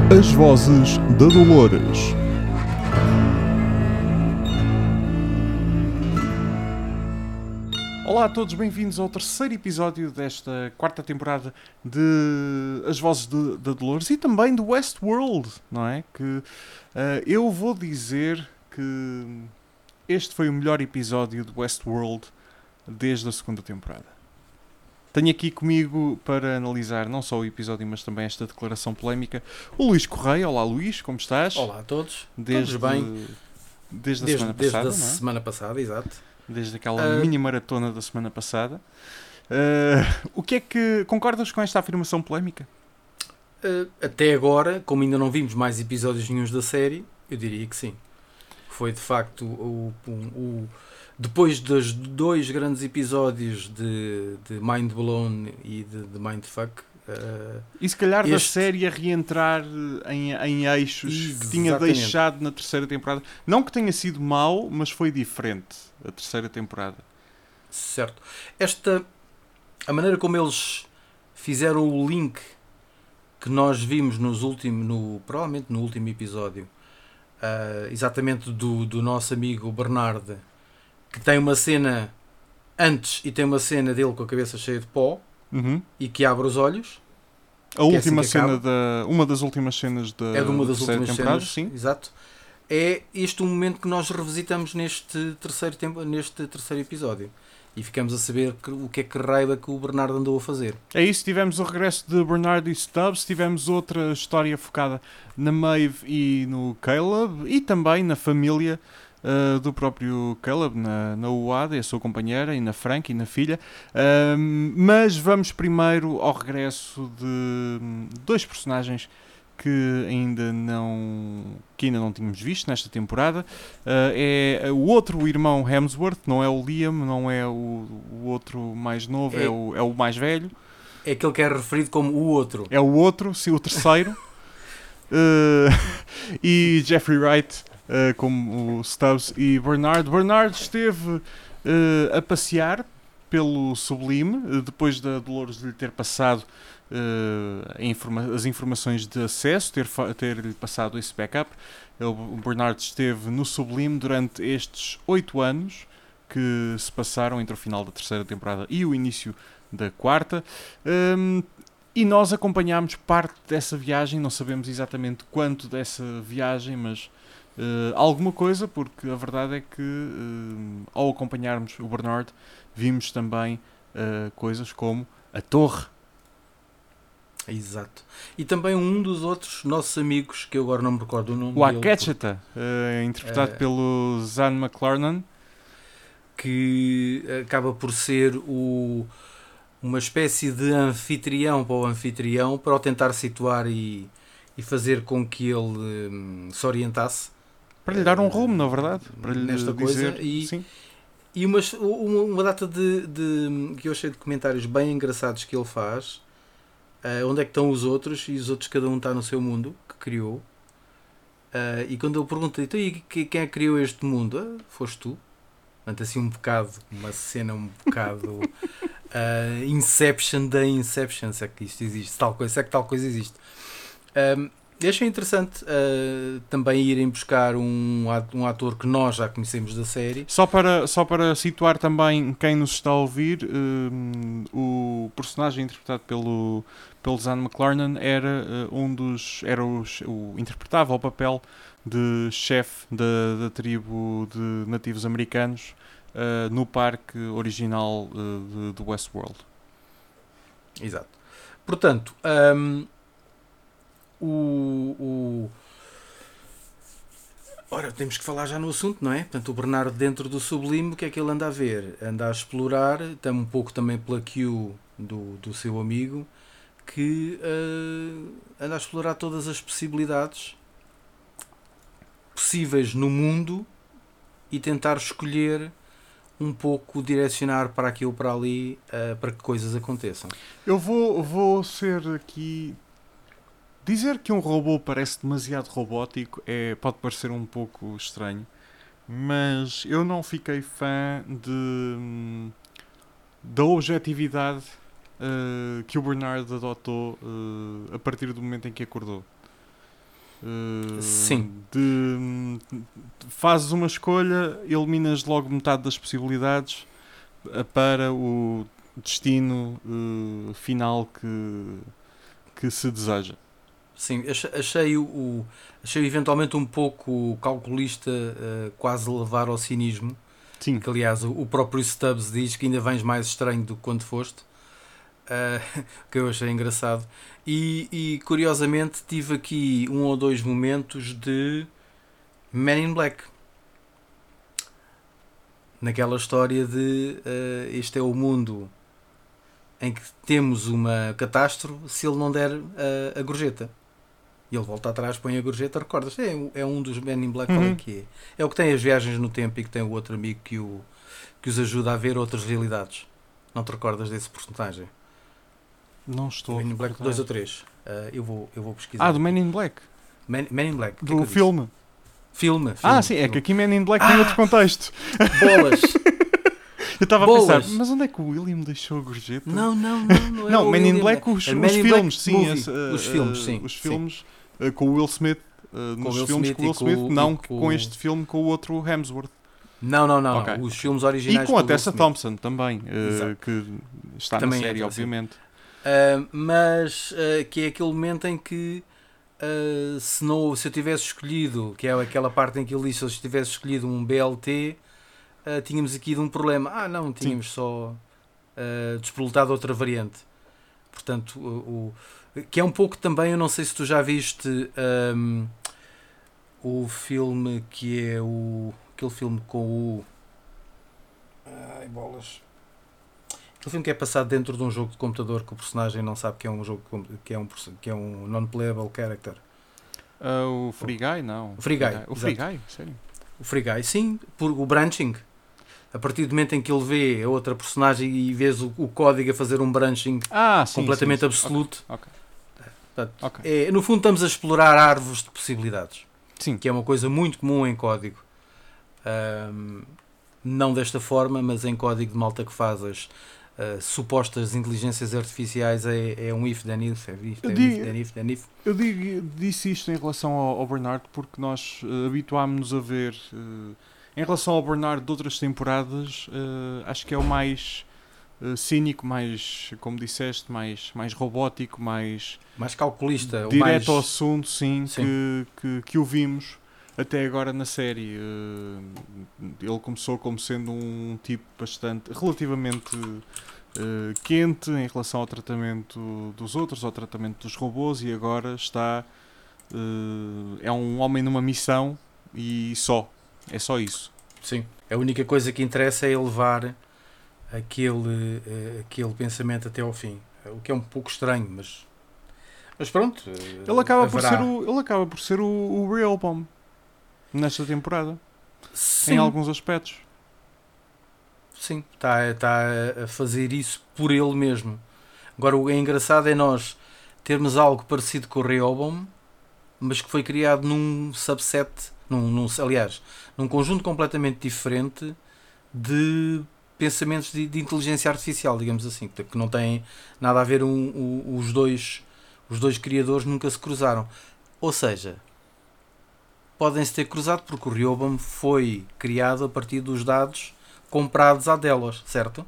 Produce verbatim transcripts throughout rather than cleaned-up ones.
As Vozes da Dolores. Olá a todos, bem-vindos ao terceiro episódio desta quarta temporada de As Vozes de, da Dolores e também do Westworld, não é? Que uh, eu vou dizer que este foi o melhor episódio do Westworld desde a segunda temporada. Tenho aqui comigo para analisar não só o episódio, mas também esta declaração polémica, o Luís Correia. Olá Luís, como estás? Olá a todos, desde, todos bem. Desde a desde, semana desde passada, a não é? semana passada, exato. Desde aquela Uh, mini maratona da semana passada. Uh, o que é que... Concordas com esta afirmação polémica? Uh, até agora, como ainda não vimos mais episódios nenhuns da série, eu diria que sim. Foi de facto o... o, o depois dos dois grandes episódios de, de Mind Blown e de, de Mindfuck... Uh, e se calhar este... da série a reentrar em, em eixos Exatamente. que tinha deixado na terceira temporada. Não que tenha sido mau, mas foi diferente a terceira temporada. Certo. Esta... A maneira como eles fizeram o link que nós vimos nos últimos, no, provavelmente no último episódio, uh, exatamente do, do nosso amigo Bernard, que tem uma cena antes e tem uma cena dele com a cabeça cheia de pó, uhum. e que abre os olhos. A última é assim cena da... Uma das últimas cenas da É de uma das terceira últimas temporada, cenas, sim. Exato. É este um momento que nós revisitamos neste terceiro, tempo, neste terceiro episódio. E ficamos a saber que, o que é que raio é que o Bernardo andou a fazer. É isso, tivemos o regresso de Bernard e Stubbs, tivemos outra história focada na Maeve e no Caleb, e também na família uh, do próprio Caleb, na, na Uada, a sua companheira, e na Frank e na filha. Uh, mas vamos primeiro ao regresso de dois personagens que ainda não que ainda não tínhamos visto nesta temporada. Uh, é o outro irmão Hemsworth, não é o Liam, não é o, o outro mais novo, é, é, o, é o mais velho. É aquele que é referido como o outro. É o outro, sim, o terceiro. uh, e Jeffrey Wright uh, como o Stubbs e Bernard. Bernard esteve uh, a passear pelo Sublime, uh, depois da Dolores lhe ter passado Uh, informa- as informações de acesso, ter fa- ter-lhe passado esse backup. Ele, o Bernard esteve no Sublime durante estes oito anos que se passaram entre o final da terceira temporada e o início da quarta, um, e nós acompanhámos parte dessa viagem. Não sabemos exatamente quanto dessa viagem, mas uh, alguma coisa, porque a verdade é que uh, ao acompanharmos o Bernard vimos também uh, coisas como a torre. Exato. E também um dos outros nossos amigos, que eu agora não me recordo o nome o dele. Akecheta, uh, interpretado uh, pelo Zahn McClarnon, que acaba por ser o, uma espécie de anfitrião para o anfitrião, para o tentar situar e, e fazer com que ele um, se orientasse. Para lhe dar um rumo, na verdade. Para lhe nesta dizer, coisa. E, sim. e uma, uma, uma data de, de... que eu achei de comentários bem engraçados que ele faz. Uh, onde é que estão os outros? E os outros, cada um está no seu mundo que criou. Uh, e quando ele pergunta, então, e quem é que criou este mundo? Ah, foste tu. Portanto, assim um bocado, uma cena um bocado uh, Inception da Inception, se é que isto existe, tal coisa, se é que tal coisa existe. Um, achei interessante uh, também irem buscar um, um ator que nós já conhecemos da série. Só para, só para situar também quem nos está a ouvir, um, o personagem interpretado pelo, pelo Zahn McClarnon era uh, um dos. Era os, o, interpretava o papel de chefe da, da tribo de nativos americanos uh, no parque original uh, de, de Westworld. Exato. Portanto, um, O, o... Ora, temos que falar já no assunto, não é? Portanto, o Bernardo dentro do Sublime, o que é que ele anda a ver? Anda a explorar, está um pouco também pela Q do, do seu amigo, que uh, anda a explorar todas as possibilidades possíveis no mundo e tentar escolher um pouco, direcionar para aqui ou para ali, uh, para que coisas aconteçam. Eu vou, vou ser aqui... Dizer que um robô parece demasiado robótico é, pode parecer um pouco estranho, mas eu não fiquei fã de, da objetividade uh, que o Bernard adotou uh, a partir do momento em que acordou. Uh, Sim. De, fazes uma escolha, eliminas logo metade das possibilidades para o destino uh, final que, que se deseja. Sim, achei o, achei eventualmente um pouco calculista, uh, quase levar ao cinismo. Sim. Que aliás o, o próprio Stubbs diz que ainda vens mais estranho do que quando foste, uh, que eu achei engraçado. E, e curiosamente tive aqui um ou dois momentos de Men in Black. Naquela história de uh, este é o mundo em que temos uma catástrofe se ele não der uh, a gorjeta. E ele volta atrás, põe a gorjeta, recordas? É, é um dos Men in Black, uhum. Qual é que é? É o que tem as viagens no tempo e que tem o outro amigo que, o, que os ajuda a ver outras realidades. Não te recordas desse personagem? Não estou. Men in Black dois ou três. Uh, eu, vou, eu vou pesquisar. Ah, do Men in Black? Men, Men in Black. Do que filme? Filme. Filme. Ah, sim, filme. é que aqui Men in Black tem ah, outro contexto. Bolas! Eu estava a pensar, mas onde é que o William deixou a gorjeta? Não, não, não. Não, não Men in Black, os, os filmes, sim. Movie, esse, uh, os filmes, sim. Os filmes uh, com o Will Smith. Uh, com nos Will filmes Smith com o Will com Smith, o, não com... com este filme com o outro Hemsworth. Não, não, não. Okay. não. Os filmes originais. E com a Tessa Thompson também, uh, que está também na série, é, obviamente. Uh, mas uh, que é aquele momento em que uh, se, não, se eu tivesse escolhido, que é aquela parte em que ele disse, se eu tivesse escolhido um B L T, uh, tínhamos aqui de um problema. Ah, não, tínhamos Sim. só uh, desproletado outra variante. Portanto, o, o, que é um pouco também, eu não sei se tu já viste um, o filme que é o aquele filme com o ai bolas aquele filme que é passado dentro de um jogo de computador que o personagem não sabe que é um jogo que é um, que é um non-playable character. Uh, o Free Guy, não. O Free Guy. O Free Guy, sério? O Free Guy, sim, por o branching. A partir do momento em que ele vê a outra personagem e vês o, o código a fazer um branching ah, sim, completamente sim, sim. absoluto. Okay. Okay. Portanto, okay. É, no fundo estamos a explorar árvores de possibilidades. Sim. Que é uma coisa muito comum em código. Um, não desta forma, mas em código de malta que faz as uh, supostas inteligências artificiais é, é um if, then if, é if, then if, then if, then if. Eu digo, disse isto em relação ao, ao Bernard porque nós uh, habituámos-nos a ver... Uh, em relação ao Bernard de outras temporadas, uh, acho que é o mais uh, cínico, mais, como disseste, mais, mais robótico, mais... Mais calculista. Direto mais... ao assunto, sim, sim. Que, que, que o vimos até agora na série. Uh, ele começou como sendo um tipo bastante, relativamente uh, quente em relação ao tratamento dos outros, ao tratamento dos robôs, e agora está... Uh, é um homem numa missão e só. É só isso. Sim. A única coisa que interessa é levar aquele, uh, aquele pensamento até ao fim. O que é um pouco estranho, mas... Mas pronto. Uh, ele, acaba haverá... por ser o, ele acaba por ser o, o Real Bomb nesta temporada. Sim. Em alguns aspectos. Sim. Está tá a fazer isso por ele mesmo. Agora, o engraçado é nós termos algo parecido com o Real Bomb, mas que foi criado num subset... Num, num, aliás, num conjunto completamente diferente de pensamentos de, de inteligência artificial, digamos assim, que não têm nada a ver, um, um, os, dois, os dois criadores nunca se cruzaram. Ou seja, podem-se ter cruzado porque o Rehoboam foi criado a partir dos dados comprados à Delos, certo?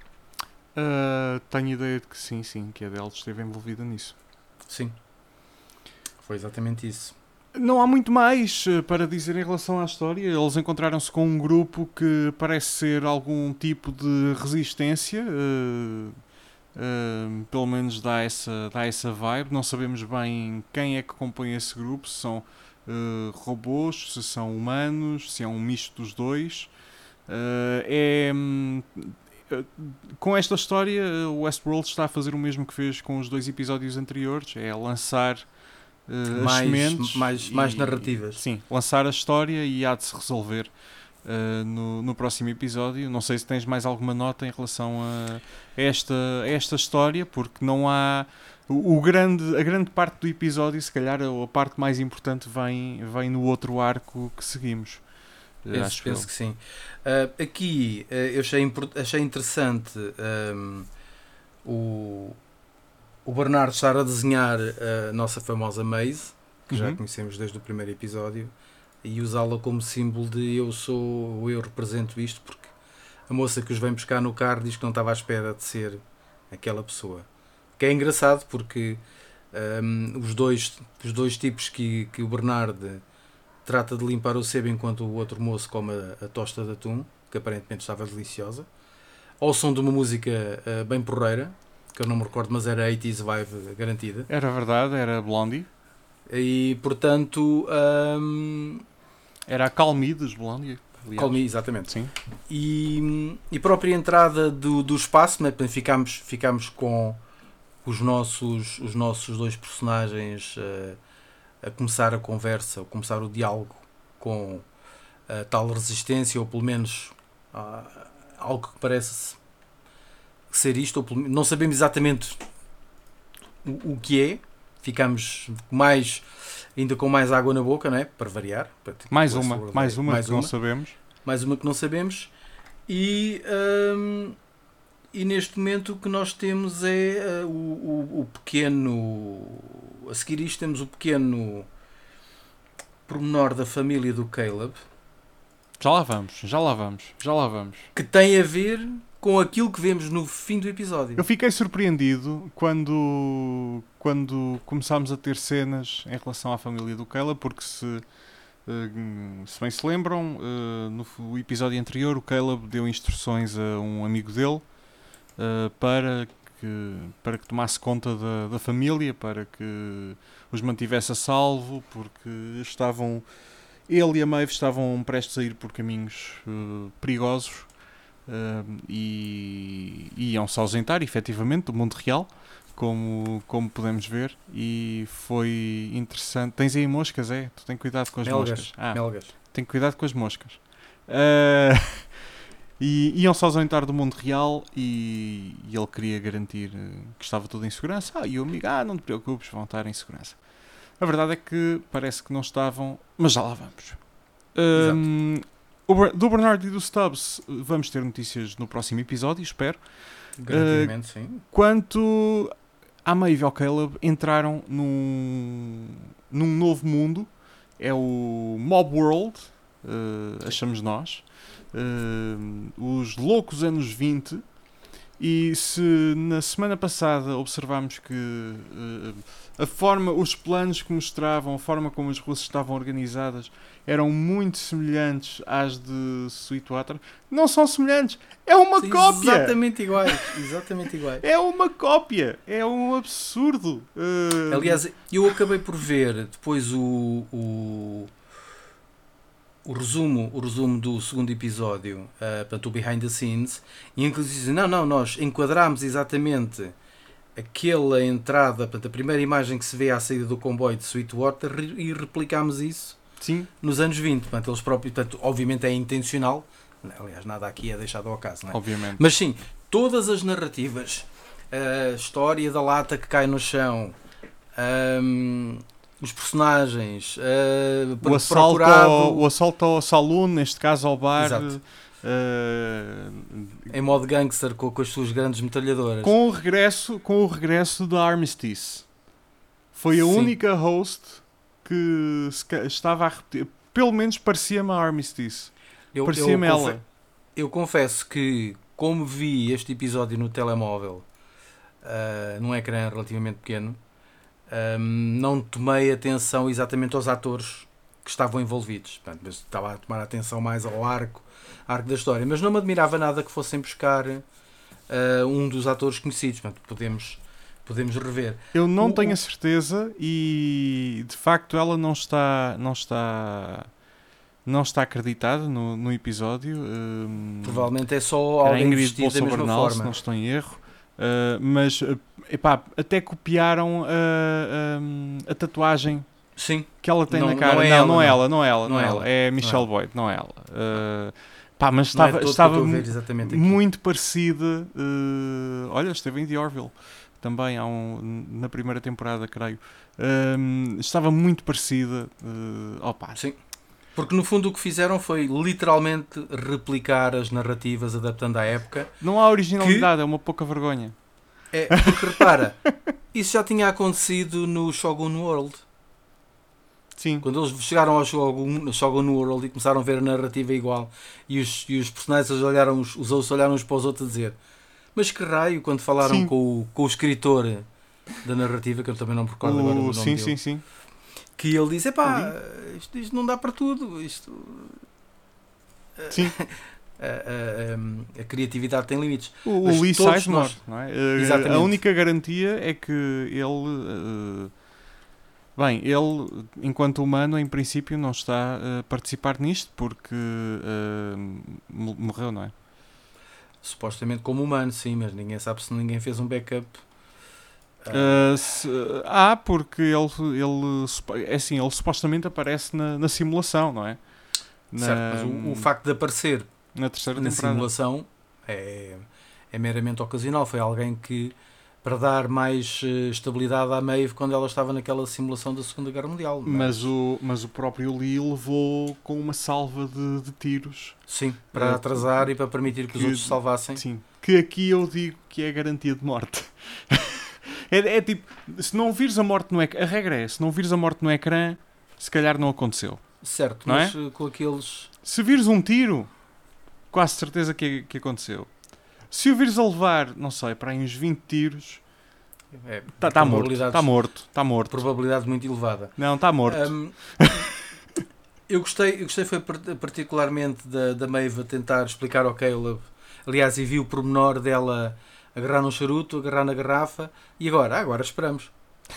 Uh, tenho ideia de que sim, sim, que a Delos esteve envolvida nisso. Sim, foi exatamente isso. Não há muito mais para dizer em relação à história. Eles encontraram-se com um grupo que parece ser algum tipo de resistência. Uh, uh, pelo menos dá essa, dá essa vibe. Não sabemos bem quem é que compõe esse grupo. Se são uh, robôs, se são humanos, se é um misto dos dois. Uh, é... Um, com esta história, o Westworld está a fazer o mesmo que fez com os dois episódios anteriores. É lançar... Uh, mais, as sementes mais, e, mais narrativas. Sim, lançar a história e há de se resolver uh, no, no próximo episódio. Não sei se tens mais alguma nota em relação a esta, a esta história, porque não há o, o grande, a grande parte do episódio, se calhar a, a parte mais importante vem, vem no outro arco que seguimos. Penso, Acho penso que sim. Uh, aqui uh, eu achei, achei interessante um, o o Bernardo estar a desenhar a nossa famosa Maze, que Uhum. já conhecemos desde o primeiro episódio, e usá-la como símbolo de eu sou, ou eu represento isto, porque a moça que os vem buscar no carro diz que não estava à espera de ser aquela pessoa. Que é engraçado porque um, os, dois, os dois tipos que, que o Bernard trata de limpar o sebo enquanto o outro moço come a, a tosta de atum, que aparentemente estava deliciosa, ao som de uma música uh, bem porreira, que eu não me recordo, mas era oitenta vibe garantida. Era verdade, era Blondie. E portanto... Um, Era a Calmi dos Blondie. aliás. Call Me, exatamente. Sim. E, e própria entrada do, do espaço, né? Ficámos, ficámos com os nossos, os nossos dois personagens uh, a começar a conversa, a começar o diálogo com a tal resistência, ou pelo menos uh, algo que parece ser isto, ou pelo, não sabemos exatamente o, o que é, ficamos mais, ainda com mais água na boca, não é? Para variar. Para, Mais uma, mais uma mais que uma. não sabemos. Mais uma que não sabemos. E, hum, e neste momento o que nós temos é uh, o, o, o pequeno... A seguir isto temos o pequeno pormenor da família do Caleb. Já lá vamos, já lá vamos, já lá vamos. Que tem a ver com aquilo que vemos no fim do episódio. Eu fiquei surpreendido quando, quando começámos a ter cenas em relação à família do Caleb, porque se, uh, se bem se lembram, uh, no episódio anterior o Caleb deu instruções a um amigo dele uh, para, que, para que tomasse conta da, da família, para que os mantivesse a salvo, porque estavam, ele e a Maeve estavam prestes a ir por caminhos uh, perigosos. Uh, e, e iam-se ausentar efetivamente do mundo real, como, como podemos ver, e foi interessante. Tens aí moscas, é? Tu tens cuidado com as Melgas. moscas. Ah, Melgas. tem cuidado com as moscas. Uh, e iam-se ausentar do mundo real e, e ele queria garantir que estava tudo em segurança. Ah, e o amigo, ah, não te preocupes, vão estar em segurança. A verdade é que parece que não estavam, mas já lá vamos. Um, do Bernard e do Stubbs vamos ter notícias no próximo episódio, espero. Garantidamente, uh, sim. Quanto à Maeve e ao Caleb, entraram num, num novo mundo. É o Mob World, uh, achamos nós. Uh, os loucos anos vinte. E se na semana passada observámos que uh, a forma, os planos que mostravam, a forma como as russas estavam organizadas eram muito semelhantes às de Sweetwater, não são semelhantes, é uma Sim, cópia! Exatamente iguais, exatamente iguais. É uma cópia, é um absurdo. Uh... Aliás, eu acabei por ver depois o, o, o, resumo, o resumo do segundo episódio, uh, portanto, o Behind the Scenes, e inclusive dizem, não, não, nós enquadramos exatamente aquela entrada, portanto, a primeira imagem que se vê à saída do comboio de Sweetwater e replicámos isso. Sim. Nos anos vinte, portanto, eles próprios, portanto, obviamente é intencional, aliás, nada aqui é deixado ao acaso, não é? Obviamente. Mas sim, todas as narrativas, a história da lata que cai no chão, um, os personagens, uh, o, assalto procurado... ao, o assalto ao saloon, neste caso ao bar, Exato. Uh, em modo gangster, com, com as suas grandes metralhadoras. Com o regresso, com o regresso da Armistice. Foi a Sim. única host que estava a repetir, pelo menos parecia-me a Armistice. Eu, parecia-me eu, ela. confe- eu confesso que, como vi este episódio no telemóvel, uh, num ecrã relativamente pequeno, um, não tomei atenção exatamente aos atores que estavam envolvidos. Portanto, mas estava a tomar atenção mais ao arco, arco da história. Mas não me admirava nada que fossem buscar uh, um dos atores conhecidos. Portanto, podemos... Podemos rever. Eu não o, tenho o... a certeza e de facto ela não está não está não está acreditada no, no episódio. Um, Provavelmente é só alguém vestido da mesma Bernal, forma. se não estou em erro. Uh, mas epá, até copiaram a, a, a tatuagem Sim. que ela tem não, na cara. Não é não, ela, não é ela, não é ela, não não é é ela. ela. É Michelle não é. Boyd, não é ela. Uh, pá, mas Não estava, é estava muito aqui. parecida. Uh, olha, esteve em The Orville também há um, na primeira temporada, creio. Um, estava muito parecida. Uh, opa. Sim. Porque no fundo o que fizeram foi literalmente replicar as narrativas adaptando à época. Não há originalidade, que... é uma pouca vergonha. É, porque repara, isso já tinha acontecido no Shogun World. Sim. Quando eles chegaram ao Shogun, Shogun World e começaram a ver a narrativa igual e os, e os personagens olharam, os, os outros olharam uns para os outros a dizer mas que raio, quando falaram com o, com o escritor da narrativa, que eu também não me recordo o... agora do nome sim, dele, sim, sim. que ele disse, epá, isto, isto não dá para tudo, isto... Sim. A, a, a, a criatividade tem limites. O, o Lee Sizemore, nós... não é? Uh, a única garantia é que ele... Uh, bem, ele, enquanto humano, em princípio, não está a participar nisto porque uh, morreu, não é? Supostamente como humano, sim, mas ninguém sabe se ninguém fez um backup. Uh, se, ah, porque ele, ele, é assim, ele supostamente aparece na, na simulação, não é? Na, certo, mas o, o facto de aparecer na, terceira na temporada. simulação é, é meramente ocasional. Foi alguém que, para dar mais uh, estabilidade à Maeve quando ela estava naquela simulação da Segunda Guerra Mundial. Mas, mas, o, mas o próprio Lee levou com uma salva de, de tiros. Sim, para uh, atrasar e para permitir que, que os outros se salvassem. Sim, que aqui eu digo que é garantia de morte. É, é tipo, se não vires a morte no ecrã, a regra é, se não vires a morte no ecrã, se calhar não aconteceu. Certo, não mas é? com aqueles... Se vires um tiro, quase certeza que, que aconteceu. Se o vires a levar, não sei, para aí uns vinte tiros, está é, tá, tá morto, está morto, está morto. Probabilidade muito elevada. Não, está morto. Um, eu gostei, eu gostei foi particularmente da, da Maeve a tentar explicar ao Caleb, aliás, e vi o pormenor dela... agarrar no charuto, agarrar na garrafa e agora? Ah, agora esperamos.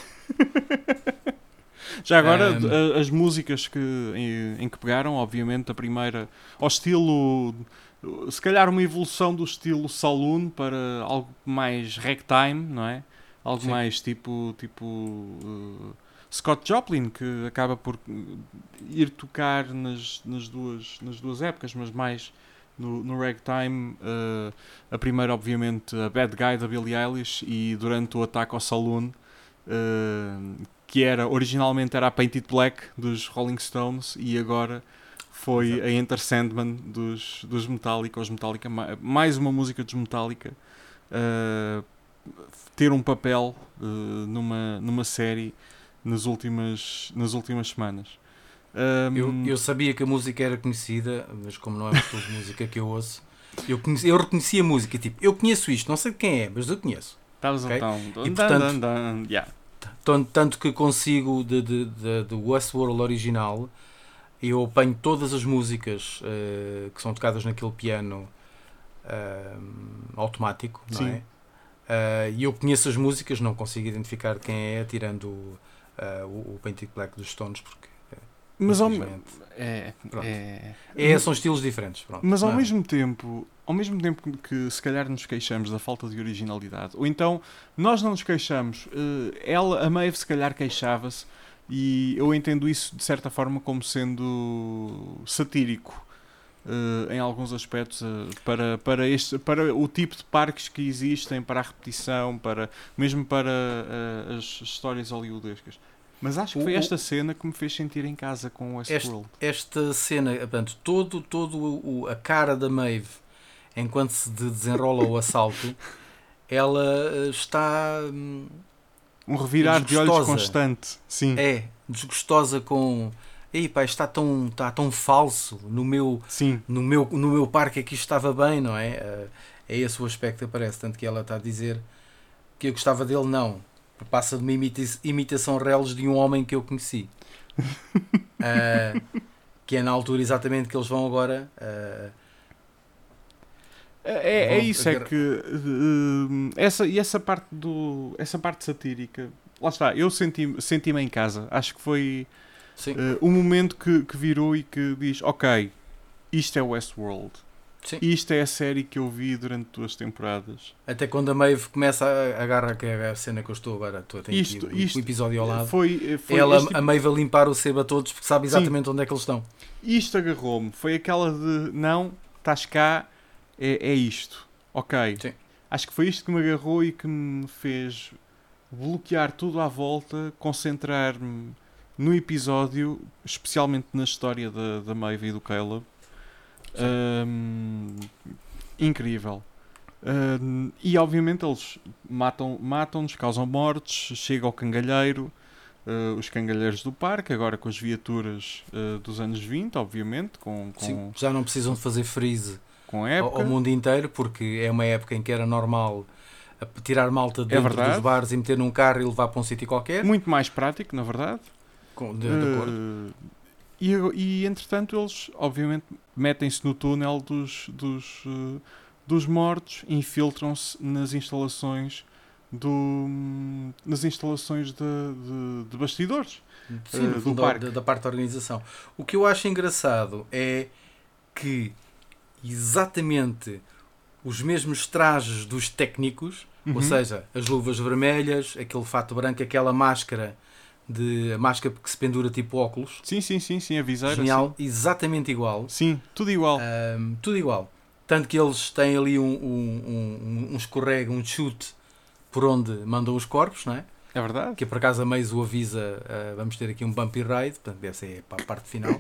Já agora, um, as músicas que, em, em que pegaram, obviamente, a primeira, ao estilo, se calhar uma evolução do estilo saloon para algo mais ragtime, não é? Algo sim. mais tipo, tipo uh, Scott Joplin, que acaba por ir tocar nas, nas, duas, nas duas épocas, mas mais... No, no ragtime, uh, a primeira, obviamente, a Bad Guy da Billie Eilish, e durante o ataque ao saloon, uh, que era, originalmente era a Painted Black dos Rolling Stones, e agora foi Exato. A Enter Sandman dos, dos Metallica, os Metallica, mais uma música dos Metallica, uh, ter um papel uh, numa, numa série nas últimas, nas últimas semanas. Um... Eu, eu sabia que a música era conhecida, mas como não é uma de música que eu ouço, eu, conheci, eu reconheci a música, tipo, eu conheço isto, não sei de quem é, mas eu conheço. Okay? E, portanto, dun, dun, yeah. tanto, tanto que consigo de, de, de, de Westworld original, eu apanho todas as músicas uh, que são tocadas naquele piano uh, automático, não Sim. é? Uh, e eu conheço as músicas, não consigo identificar quem é, tirando uh, o, o Painted Black dos Stones, porque Mas ao, é, é, é, são estilos diferentes. Pronto. Mas ao não. mesmo tempo, ao mesmo tempo que se calhar nos queixamos da falta de originalidade, ou então nós não nos queixamos, ela, a Maeve se calhar queixava-se, e eu entendo isso de certa forma como sendo satírico uh, em alguns aspectos uh, para, para, este, para o tipo de parques que existem, para a repetição, para, mesmo para uh, as histórias hollywoodescas. Mas acho que foi esta cena que me fez sentir em casa com o Westworld. Esta, esta cena, portanto, todo, todo o, a cara da Maeve, enquanto se desenrola o assalto, ela está... Um revirar de olhos constante. Sim. É, desgostosa com... Ei, pá, está tão, está tão falso no meu, Sim. no meu, no meu parque aqui estava bem, não é? É esse o aspecto que aparece, tanto que ela está a dizer que eu gostava dele, não. Passa de uma imita imitação reles de um homem que eu conheci. uh, que é na altura exatamente que eles vão agora... Uh, é, é isso, é que uh, essa, e essa parte do essa parte satírica, lá está, eu senti-me senti em casa. Acho que foi uh, o momento que, que virou e que diz, ok, isto é Westworld. Sim. Isto é a série que eu vi durante duas temporadas. Até quando a Maeve começa a agarrar, que é a cena que eu estou agora, estou a ter isto, aqui isto um episódio ao lado. Foi, foi ela, tipo... a Maeve a limpar o sebo a todos porque sabe exatamente Sim. onde é que eles estão. Isto agarrou-me. Foi aquela de, não, estás cá, é, é isto. Ok. Sim. Acho que foi isto que me agarrou e que me fez bloquear tudo à volta, concentrar-me no episódio, especialmente na história da, da Maeve e do Caleb. Um, incrível. Um, e obviamente eles matam, matam-nos, causam mortes, chega ao cangalheiro, uh, os cangalheiros do parque, agora com as viaturas uh, dos anos vinte, obviamente, com, com, Sim, já não precisam de fazer freeze com a ao, época. ao mundo inteiro, porque é uma época em que era normal a tirar malta É dentro verdade. dos bares e meter num carro e levar para um sítio qualquer. Muito mais prático, na verdade. Com, de, de acordo. Uh, e, e, entretanto, eles, obviamente, metem-se no túnel dos, dos, uh, dos mortos e infiltram-se nas instalações do, nas instalações de, de, de bastidores. Sim, no uh, fundo, do parque. Da, da parte da organização. O que eu acho engraçado é que exatamente os mesmos trajes dos técnicos, Uhum. ou seja, as luvas vermelhas, aquele fato branco, aquela máscara de a máscara que se pendura tipo óculos. Sim, sim, sim, sim, a viseira. Genial, Sim. exatamente igual. Sim, tudo igual. Um, tudo igual. Tanto que eles têm ali um, um, um, um escorrego, um chute por onde mandam os corpos, não é? É verdade. Que por acaso a Maze o avisa, uh, vamos ter aqui um bumpy ride, portanto deve ser para a parte final.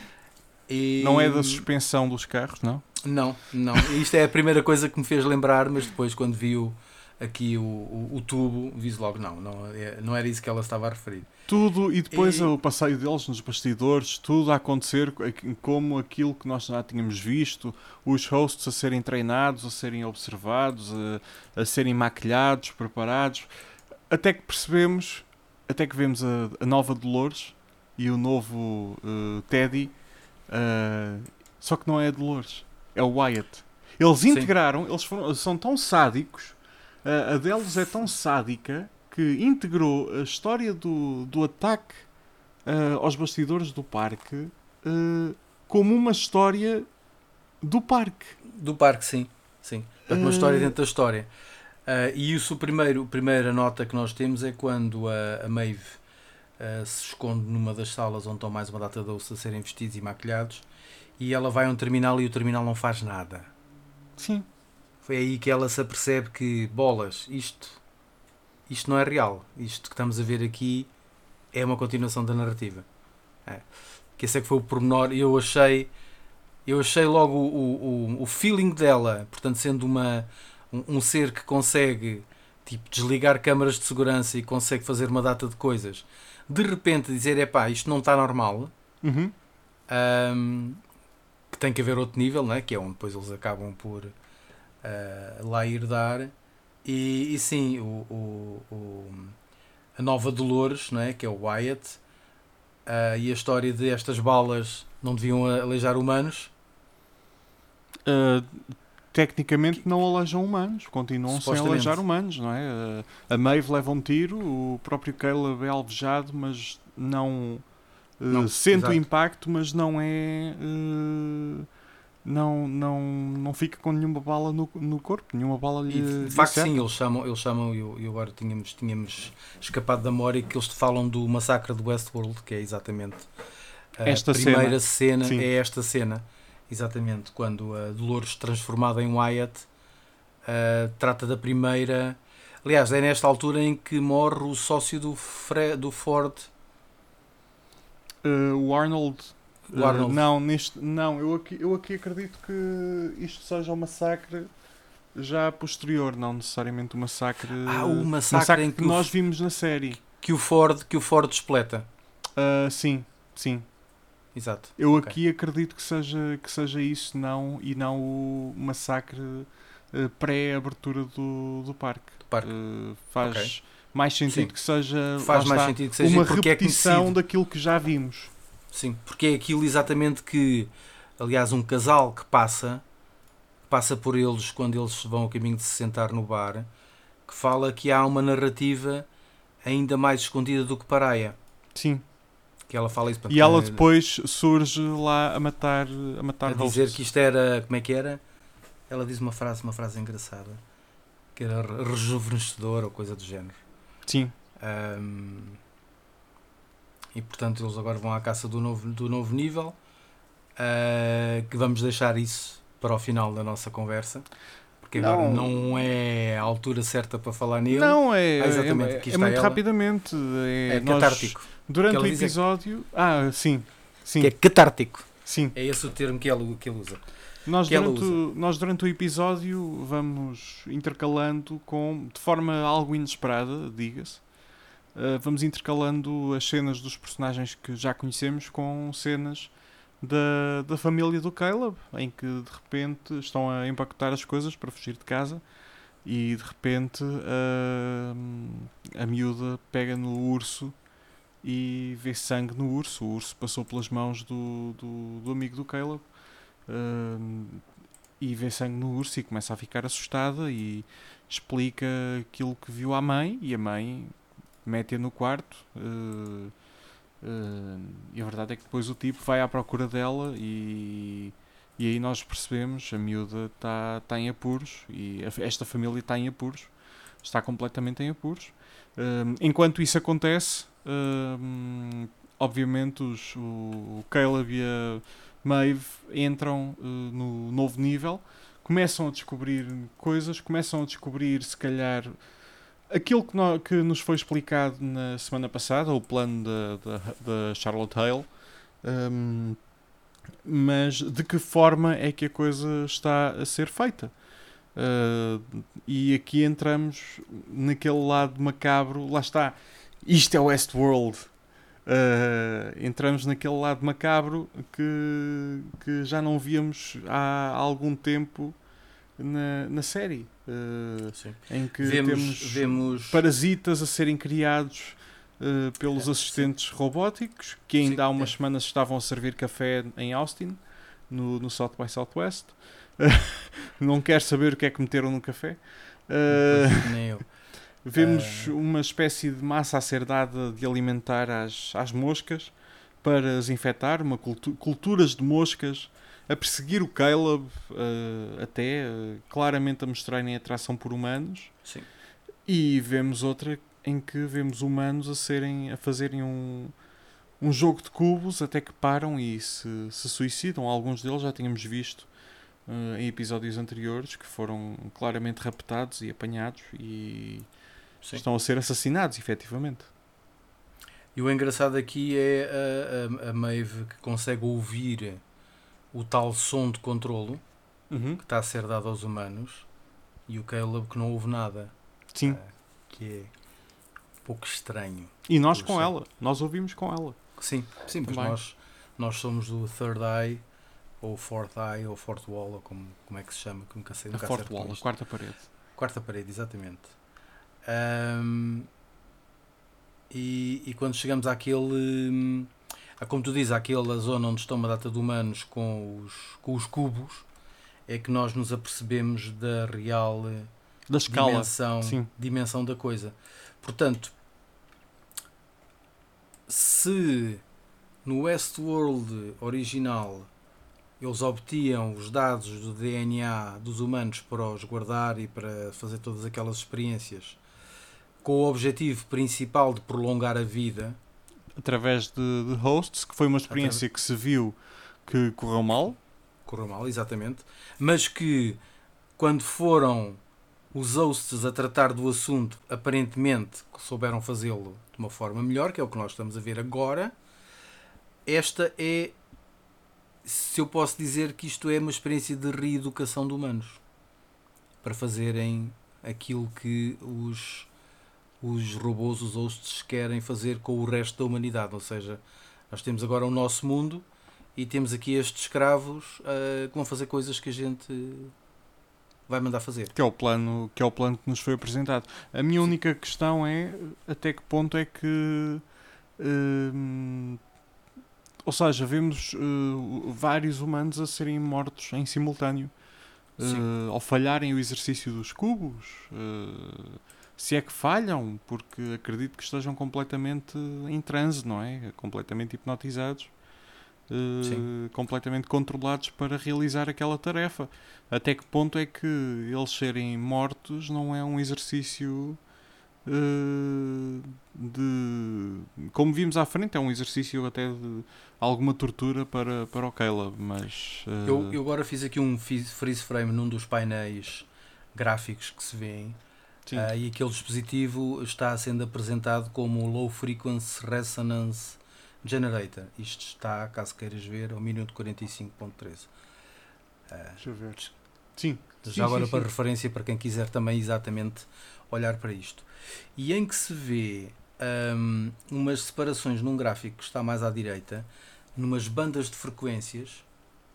E... Não é da suspensão dos carros, não? Não, não. Isto é a primeira coisa que me fez lembrar, mas depois quando viu aqui o, o, o tubo, vi logo, não, não, é, não era isso que ela estava a referir. Tudo, e depois E- o passeio deles nos bastidores, tudo a acontecer como aquilo que nós já tínhamos visto, os hosts a serem treinados, a serem observados, a, a serem maquilhados, preparados, até que percebemos, até que vemos a, a nova Dolores e o novo uh, Teddy, uh, só que não é a Dolores, é o Wyatt. Eles Sim. integraram, eles foram, são tão sádicos, uh, a deles é tão sádica que integrou a história do, do ataque uh, aos bastidores do parque uh, como uma história do parque. Do parque, sim. sim. Portanto, uma Uh, história dentro da história. Uh, e isso, o primeiro, a primeira nota que nós temos é quando a, a Maeve uh, se esconde numa das salas onde estão mais uma data de doces a serem vestidos e maquilhados, e ela vai a um terminal e o terminal não faz nada. Sim. Foi aí que ela se apercebe que, bolas, isto, isto não é real. Isto que estamos a ver aqui é uma continuação da narrativa. É. Que esse é que foi o pormenor. E eu achei, eu achei logo o, o, o feeling dela, portanto, sendo uma, um, um ser que consegue tipo, desligar câmaras de segurança e consegue fazer uma data de coisas, de repente dizer, epá, isto não está normal, Uhum. um, que tem que haver outro nível, né? Que é onde depois eles acabam por uh, lá ir dar. E, e sim, o, o, o, a nova Dolores, não é? Que é o Wyatt, uh, e a história de estas balas não deviam aleijar humanos. Uh, tecnicamente não alejam humanos, continuam sem Supostamente. aleijar humanos, não é? Uh, a Maeve leva um tiro, o próprio Caleb é alvejado, mas não, uh, Não, sente exato. o impacto, mas não é. Uh, não, não, não fica com nenhuma bala no, no corpo, nenhuma bala lhe. E de, lhe de facto acerta. sim, eles chamam, eles chamam e eu, eu agora tínhamos, tínhamos escapado da memória que eles falam do massacre do Westworld, que é exatamente a Esta primeira cena, Sim. é esta cena, exatamente, quando a Dolores transformada em Wyatt uh, trata da primeira, aliás é nesta altura em que morre o sócio do, Fre, do Ford, Uh, o Arnold. o Arnold. Uh, não, neste, não eu, aqui, eu aqui acredito que isto seja um massacre já posterior, não necessariamente um massacre. Ah, o massacre em que, que o nós f- vimos na série. que o Ford, que o Ford despleta, Uh, sim, sim. exato. Eu Ok. aqui acredito que seja, que seja isso não, e não o massacre uh, pré-abertura do, do parque. Do parque. Uh, faz Ok. mais sentido Sim. que seja, Faz lá mais está, sentido que seja uma porque é repetição conhecido. daquilo que já vimos. Sim, porque é aquilo exatamente que, aliás, um casal que passa, passa por eles quando eles vão ao caminho de se sentar no bar, que fala que há uma narrativa ainda mais escondida do que Paraia. Sim. Que ela fala isso, portanto, E ela que- depois surge lá a matar, a matar a dizer hosts. que isto era, como é que era? Ela diz uma frase, uma frase engraçada, que era re- rejuvenescedor ou coisa do género. Sim. Ahm, e portanto eles agora vão à caça do novo, do novo nível, ah, que vamos deixar isso para o final da nossa conversa, porque agora Não. não é a altura certa para falar nele. Não, é, Ah, exatamente, é, aqui é está muito ela. rapidamente. É, É nós, catártico. durante Que o ela diz é que- episódio. Ah, sim. Sim, Que é catártico. sim. É esse o termo que ele, que ele usa. Nós que ela durante, o, nós durante o episódio vamos intercalando com, de forma algo inesperada, diga-se, uh, vamos intercalando as cenas dos personagens que já conhecemos com cenas da, da família do Caleb, em que de repente estão a empacotar as coisas para fugir de casa e de repente uh, a miúda pega no urso e vê sangue no urso. O urso passou pelas mãos do, do, do amigo do Caleb. Uh, e vê sangue no urso e começa a ficar assustada e explica aquilo que viu à mãe, e a mãe mete-a no quarto. Uh, uh, e a verdade é que depois o tipo vai à procura dela e, e aí nós percebemos a miúda está tá em apuros e a, esta família está em apuros, está completamente em apuros. Uh, enquanto isso acontece, uh, obviamente os, o Caleb e a Maeve entram uh, no novo nível, começam a descobrir coisas, começam a descobrir se calhar aquilo que, no, que nos foi explicado na semana passada, o plano da Charlotte Hale, um, mas de que forma é que a coisa está a ser feita. Uh, e aqui entramos naquele lado macabro, lá está, isto é Westworld. Uh, entramos naquele lado macabro que, que já não víamos há algum tempo na, na série, uh, em que vemos, temos vemos... parasitas a serem criados uh, pelos é, assistentes sim. robóticos, que ainda sim, há umas é. semanas estavam a servir café em Austin, no, no South by Southwest. Não quero saber o que é que meteram no café. Uh, pois, nem eu. Vemos uh... uma espécie de massa a ser dada de alimentar às, às moscas para as infectar, uma cultu culturas de moscas a perseguir o Caleb, uh, até uh, claramente a mostrarem atração por humanos. Sim. E vemos outra em que vemos humanos a, serem, a fazerem um, um jogo de cubos até que param e se, se suicidam. Alguns deles já tínhamos visto uh, em episódios anteriores, que foram claramente raptados e apanhados e Sim. estão a ser assassinados, efetivamente. E o engraçado aqui é a, a, a Maeve que consegue ouvir o tal som de controlo uhum. que está a ser dado aos humanos, e o Caleb que não ouve nada. Sim. Uh, que é um pouco estranho. E nós com ela. Nós ouvimos com ela. Sim, sim, pois nós, nós somos do Third Eye, ou Fourth Eye, ou Fourth Wall, ou como, como é que se chama? Que nunca sei, nunca a Fourth Wall, a quarta parede. Quarta parede, exatamente. Um, e, e quando chegamos àquele, a, como tu dizes, àquela zona onde estão uma data de humanos com os, com os cubos, é que nós nos apercebemos da real da escala. Dimensão, Sim. dimensão da coisa. Portanto, se no Westworld original eles obtinham os dados do D N A dos humanos para os guardar e para fazer todas aquelas experiências com o objetivo principal de prolongar a vida através de, de hosts, que foi uma experiência através... que se viu que correu mal. Correu mal, exatamente. Mas que quando foram os hosts a tratar do assunto, aparentemente souberam fazê-lo de uma forma melhor, que é o que nós estamos a ver agora. Esta é, se eu posso dizer que isto é uma experiência de reeducação de humanos para fazerem aquilo que os, os robôs, os hosts, querem fazer com o resto da humanidade. Ou seja, nós temos agora o nosso mundo e temos aqui estes escravos uh, que vão fazer coisas que a gente vai mandar fazer. Que é o plano que, é o plano que nos foi apresentado. A minha Sim. única questão é até que ponto é que... Uh, ou seja, vemos uh, vários humanos a serem mortos em simultâneo. Uh, ao falharem o exercício dos cubos. Uh, se é que falham, porque acredito que estejam completamente em transe, não é? Completamente hipnotizados. Uh, completamente controlados para realizar aquela tarefa. Até que ponto é que eles serem mortos não é um exercício uh, de... Como vimos à frente, é um exercício até de alguma tortura para, para o Caleb, mas... Uh... Eu, eu agora fiz aqui um freeze frame num dos painéis gráficos que se vêem, uh, e aquele dispositivo está sendo apresentado como Low Frequency Resonance Generator. Isto está, caso queiras ver, ao minuto quarenta e cinco ponto treze. Uh, Deixa eu ver. Sim. Já sim, agora sim, para sim. referência para quem quiser também exatamente olhar para isto. E em que se vê um, umas separações num gráfico que está mais à direita, numas bandas de frequências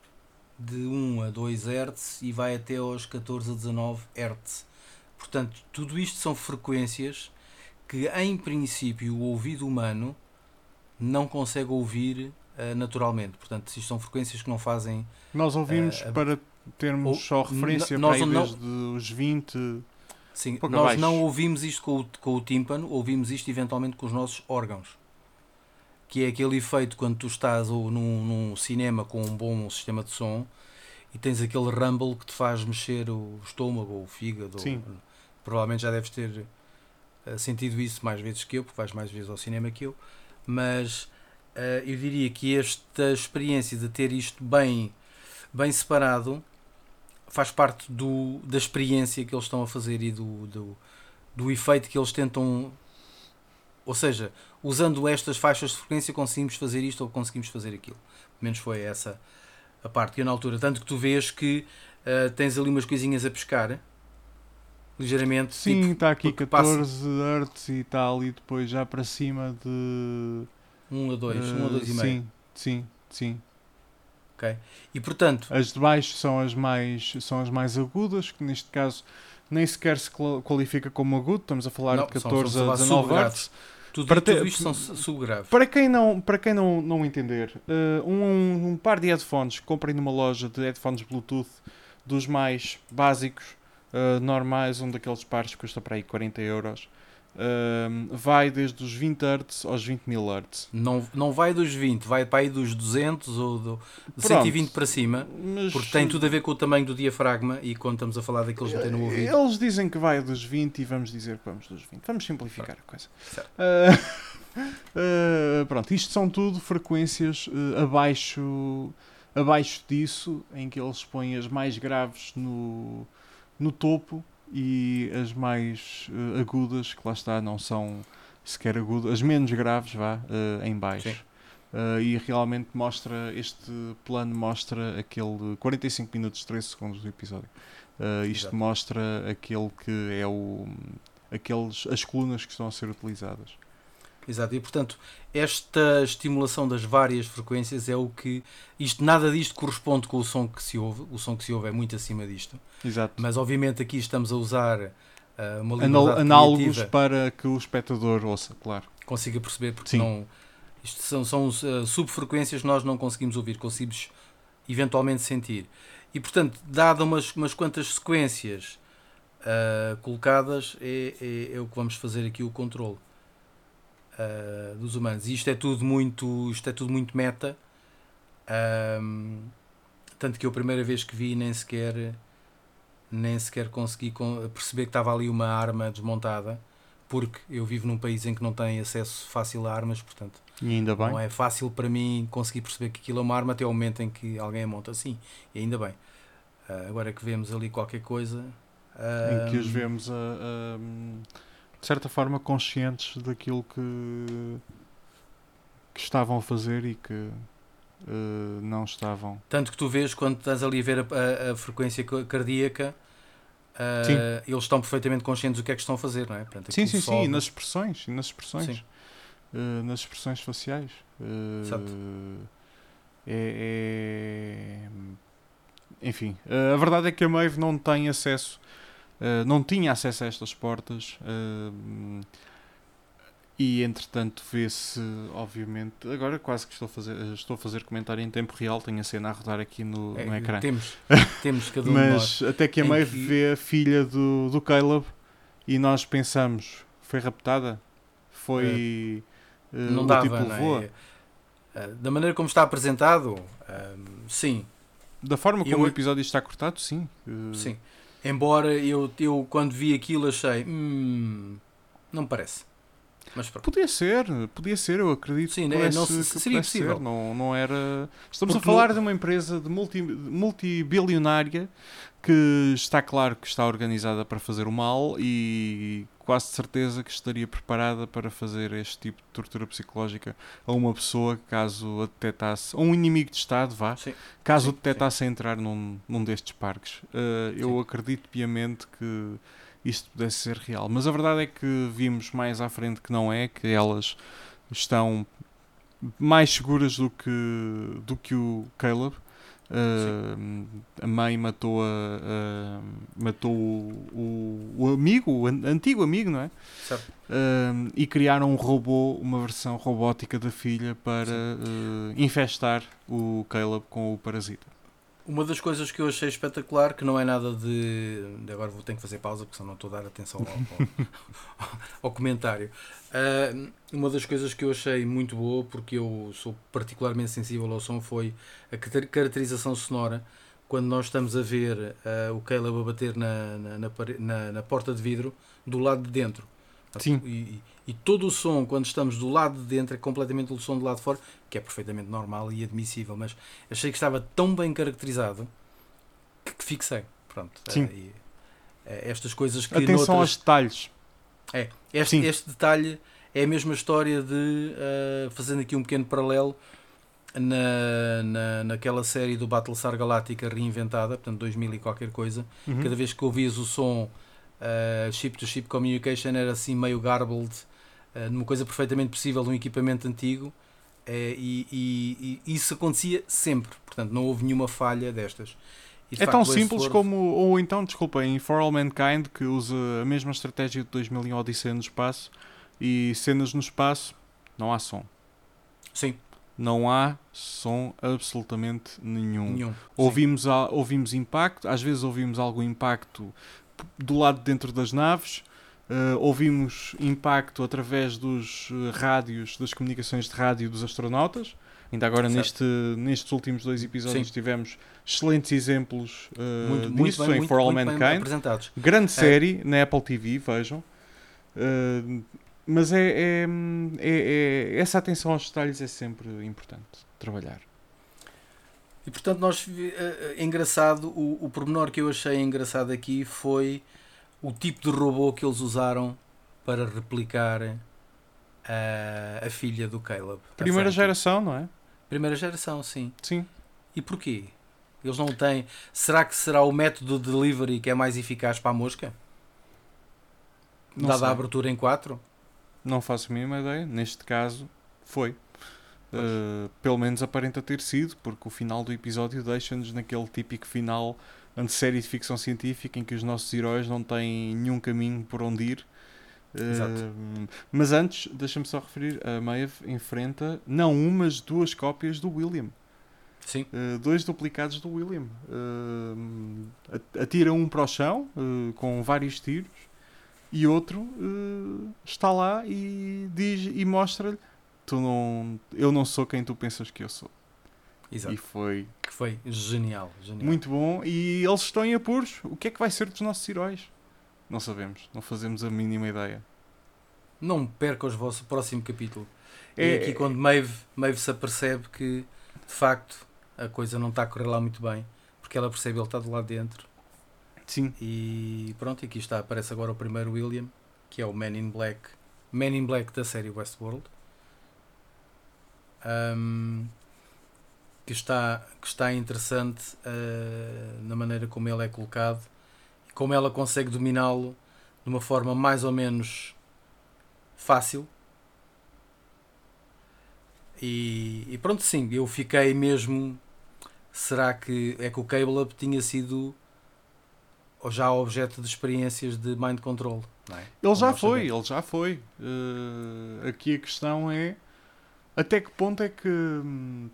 de um a dois hertz e vai até aos catorze a dezanove hertz. Portanto, tudo isto são frequências que, em princípio, o ouvido humano não consegue ouvir uh, naturalmente. Portanto, isto são frequências que não fazem... Nós ouvimos uh, para termos ou, só referência nós para aí não, desde os vinte... Sim, pouco nós abaixo. não ouvimos isto com o, com o tímpano, ouvimos isto eventualmente com os nossos órgãos. Que é aquele efeito quando tu estás ou num, num cinema com um bom sistema de som e tens aquele rumble que te faz mexer o estômago ou o fígado. Sim. Ou, provavelmente já deves ter uh, sentido isso mais vezes que eu, porque vais mais vezes ao cinema que eu. Mas uh, eu diria que esta experiência de ter isto bem, bem separado faz parte do, da experiência que eles estão a fazer e do, do, do efeito que eles tentam. Ou seja, usando estas faixas de frequência conseguimos fazer isto ou conseguimos fazer aquilo. Pelo menos foi essa a parte que eu na altura. Tanto que tu vês que uh, tens ali umas coisinhas a pescar ligeiramente. Sim, tipo, está aqui porque catorze hertz e está ali depois já para cima de... um a dois, uh, um a dois e meio. Sim, sim, sim. Okay. E portanto... As de baixo são as mais, são as mais agudas, que neste caso nem sequer se qualifica como agudo, estamos a falar não, de catorze são, são a dezanove hertz. Tudo, para tudo ter, isto são subgraves. Para quem não, para quem não, não entender, uh, um, um par de headphones que comprem numa loja de headphones Bluetooth dos mais básicos, uh, normais, um daqueles pares que custa para aí quarenta euros, uh, vai desde os vinte hertz aos vinte mil hertz. Não, não vai dos vinte, vai para aí dos duzentos ou do, de cento e vinte para cima, mas porque tem tudo a ver com o tamanho do diafragma e quando estamos a falar daqueles que tem no ouvido. Eles dizem que vai dos vinte e vamos dizer que vamos dos vinte. Vamos simplificar a coisa. Uh, uh, pronto, isto são tudo frequências uh, abaixo, abaixo disso, em que eles põem as mais graves no, no topo e as mais uh, agudas, que lá está, não são sequer agudas, as menos graves, vá, uh, em baixo. Uh, e realmente mostra, este plano mostra aquele quarenta e cinco minutos, treze segundos do episódio. Uh, isto Exato. Mostra aquele que é o, aqueles, as colunas que estão a ser utilizadas. Exato, e portanto esta estimulação das várias frequências é o que, isto, nada disto corresponde com o som que se ouve, o som que se ouve é muito acima disto. Exato. Mas obviamente aqui estamos a usar uh, uma liberdade Anal- análogos criativa para que o espectador ouça, claro. Consiga perceber, porque Sim. não, isto são, são uh, subfrequências que nós não conseguimos ouvir, conseguimos eventualmente sentir. E portanto, dada umas, umas quantas sequências uh, colocadas, é, é, é o que vamos fazer aqui o controle uh, dos humanos. E isto é tudo muito, isto é tudo muito meta, um, tanto que eu a primeira vez que vi nem sequer, nem sequer consegui perceber que estava ali uma arma desmontada, porque eu vivo num país em que não tem acesso fácil a armas, portanto e ainda bem. Não é fácil para mim conseguir perceber que aquilo é uma arma até ao momento em que alguém a monta assim, e ainda bem. Uh, agora que vemos ali qualquer coisa... Uh, em que os vemos, a, a, de certa forma, conscientes daquilo que, que estavam a fazer e que uh, não estavam. Tanto que tu vês, quando estás ali a ver a, a, a frequência cardíaca, uh, eles estão perfeitamente conscientes do que é que estão a fazer, não é? Portanto, sim, sim, sobe... sim, e nas expressões, e nas expressões. Sim. Uh, nas expressões faciais. Uh, Exato. É, é... Enfim, uh, a verdade é que a Maeve não tem acesso, uh, não tinha acesso a estas portas, uh, e entretanto vê-se, obviamente, agora quase que estou a fazer, estou a fazer comentário em tempo real, tenho a cena a rodar aqui no, é, no ecrã. Temos, temos cada um Mas de nós. até que a Maeve que... vê a filha do, do Caleb e nós pensamos, foi raptada? Foi... É. Uh, não dava, tipo não é? Uh, da maneira como está apresentado, uh, sim. Da forma como eu, o episódio está cortado, sim. Uh... Sim. Embora eu, eu quando vi aquilo achei, hum, não me parece. Mas pronto. Podia ser, podia ser, eu acredito sim, que, pudesse, não, se, que seria pudesse possível. Ser. Não, não era... Estamos Porque a falar no... de uma empresa de multi, multibilionária que está claro que está organizada para fazer o mal e quase de certeza que estaria preparada para fazer este tipo de tortura psicológica a uma pessoa caso a detectasse, a um inimigo de Estado, vá, sim. caso sim, o detectasse a entrar num, num destes parques. Uh, eu acredito piamente que isto pudesse ser real. Mas a verdade é que vimos mais à frente que não é, que elas estão mais seguras do que, do que o Caleb. Uh, a mãe matou, a, a, matou o, o, o amigo, o an- antigo amigo, não é? Uh, e criaram um robô, uma versão robótica da filha para uh, infestar o Caleb com o parasita. Uma das coisas que eu achei espetacular, que não é nada de... de agora vou ter que fazer pausa, porque senão não estou a dar atenção ao, ao, ao comentário. Uh, uma das coisas que eu achei muito boa, porque eu sou particularmente sensível ao som, foi a caracterização sonora. Quando nós estamos a ver uh, o Caleb a bater na, na, na, na, na porta de vidro do lado de dentro. Sim. E, e todo o som, quando estamos do lado de dentro, é completamente o som do lado de fora, que é perfeitamente normal e admissível, mas achei que estava tão bem caracterizado que, que fixei. Pronto. Sim. É, e, é, estas coisas que atenção noutras... aos detalhes. É, este, este detalhe é a mesma história de, uh, fazendo aqui um pequeno paralelo, na, na, naquela série do Battlestar Galactica reinventada, portanto dois mil e qualquer coisa, Uhum. cada vez que ouvias o som uh, ship-to-ship communication era assim meio garbled, uh, numa coisa perfeitamente possível de um equipamento antigo, uh, e, e, e isso acontecia sempre, portanto não houve nenhuma falha destas. E, de é facto, tão o simples Westworld... como, ou então, desculpa, em For All Mankind, que usa a mesma estratégia de dois mil e um Odisseia no espaço, e cenas no espaço, não há som. Sim. Não há som absolutamente nenhum. nenhum. Ouvimos, a, ouvimos impacto, às vezes ouvimos algum impacto do lado de dentro das naves, uh, ouvimos impacto através dos uh, rádios, das comunicações de rádio dos astronautas. Ainda agora neste, nestes últimos dois episódios Sim. tivemos excelentes exemplos uh, muito, disso muito bem, em muito, For All muito Mankind. Apresentados. Grande série é. na Apple T V, vejam. Uh, mas é, é, é, é essa atenção aos detalhes é sempre importante trabalhar. E portanto nós é engraçado, o, o pormenor que eu achei engraçado aqui foi o tipo de robô que eles usaram para replicar a, a filha do Caleb. Primeira geração, não é? Primeira geração, sim. Sim. E porquê? Eles não têm... Será que será o método de delivery que é mais eficaz para a mosca? Não Dada sei. a abertura em quatro? Não faço a mínima ideia. Neste caso, foi. Uh, pelo menos aparenta ter sido, porque o final do episódio deixa-nos naquele típico final de série de ficção científica em que os nossos heróis não têm nenhum caminho por onde ir. Uh, mas antes, deixa-me só referir, a Maeve enfrenta não uma, mas duas cópias do William. Sim. Uh, dois duplicados do William. Uh, atira um para o chão uh, com vários tiros e outro uh, está lá e diz e mostra-lhe: tu não, eu não sou quem tu pensas que eu sou. Exato. E foi, que foi genial, genial. Muito bom. E eles estão em apuros. O que é que vai ser dos nossos heróis? Não sabemos, não fazemos a mínima ideia. Não perca o vosso próximo capítulo. É, e aqui quando Maeve, Maeve se apercebe que de facto a coisa não está a correr lá muito bem, porque ela percebe que ele está do lado de dentro. Sim. E pronto, aqui está, aparece agora o primeiro William, que é o Man in Black, Man in Black da série Westworld. Um, que, está, que está interessante uh, na maneira como ele é colocado e como ela consegue dominá-lo de uma forma mais ou menos fácil. E, e pronto, sim, eu fiquei mesmo. Será que é que o Caleb tinha sido já objeto de experiências de mind control? Não é? Ele já foi, ele já foi. Uh, aqui a questão é até que ponto é que hum,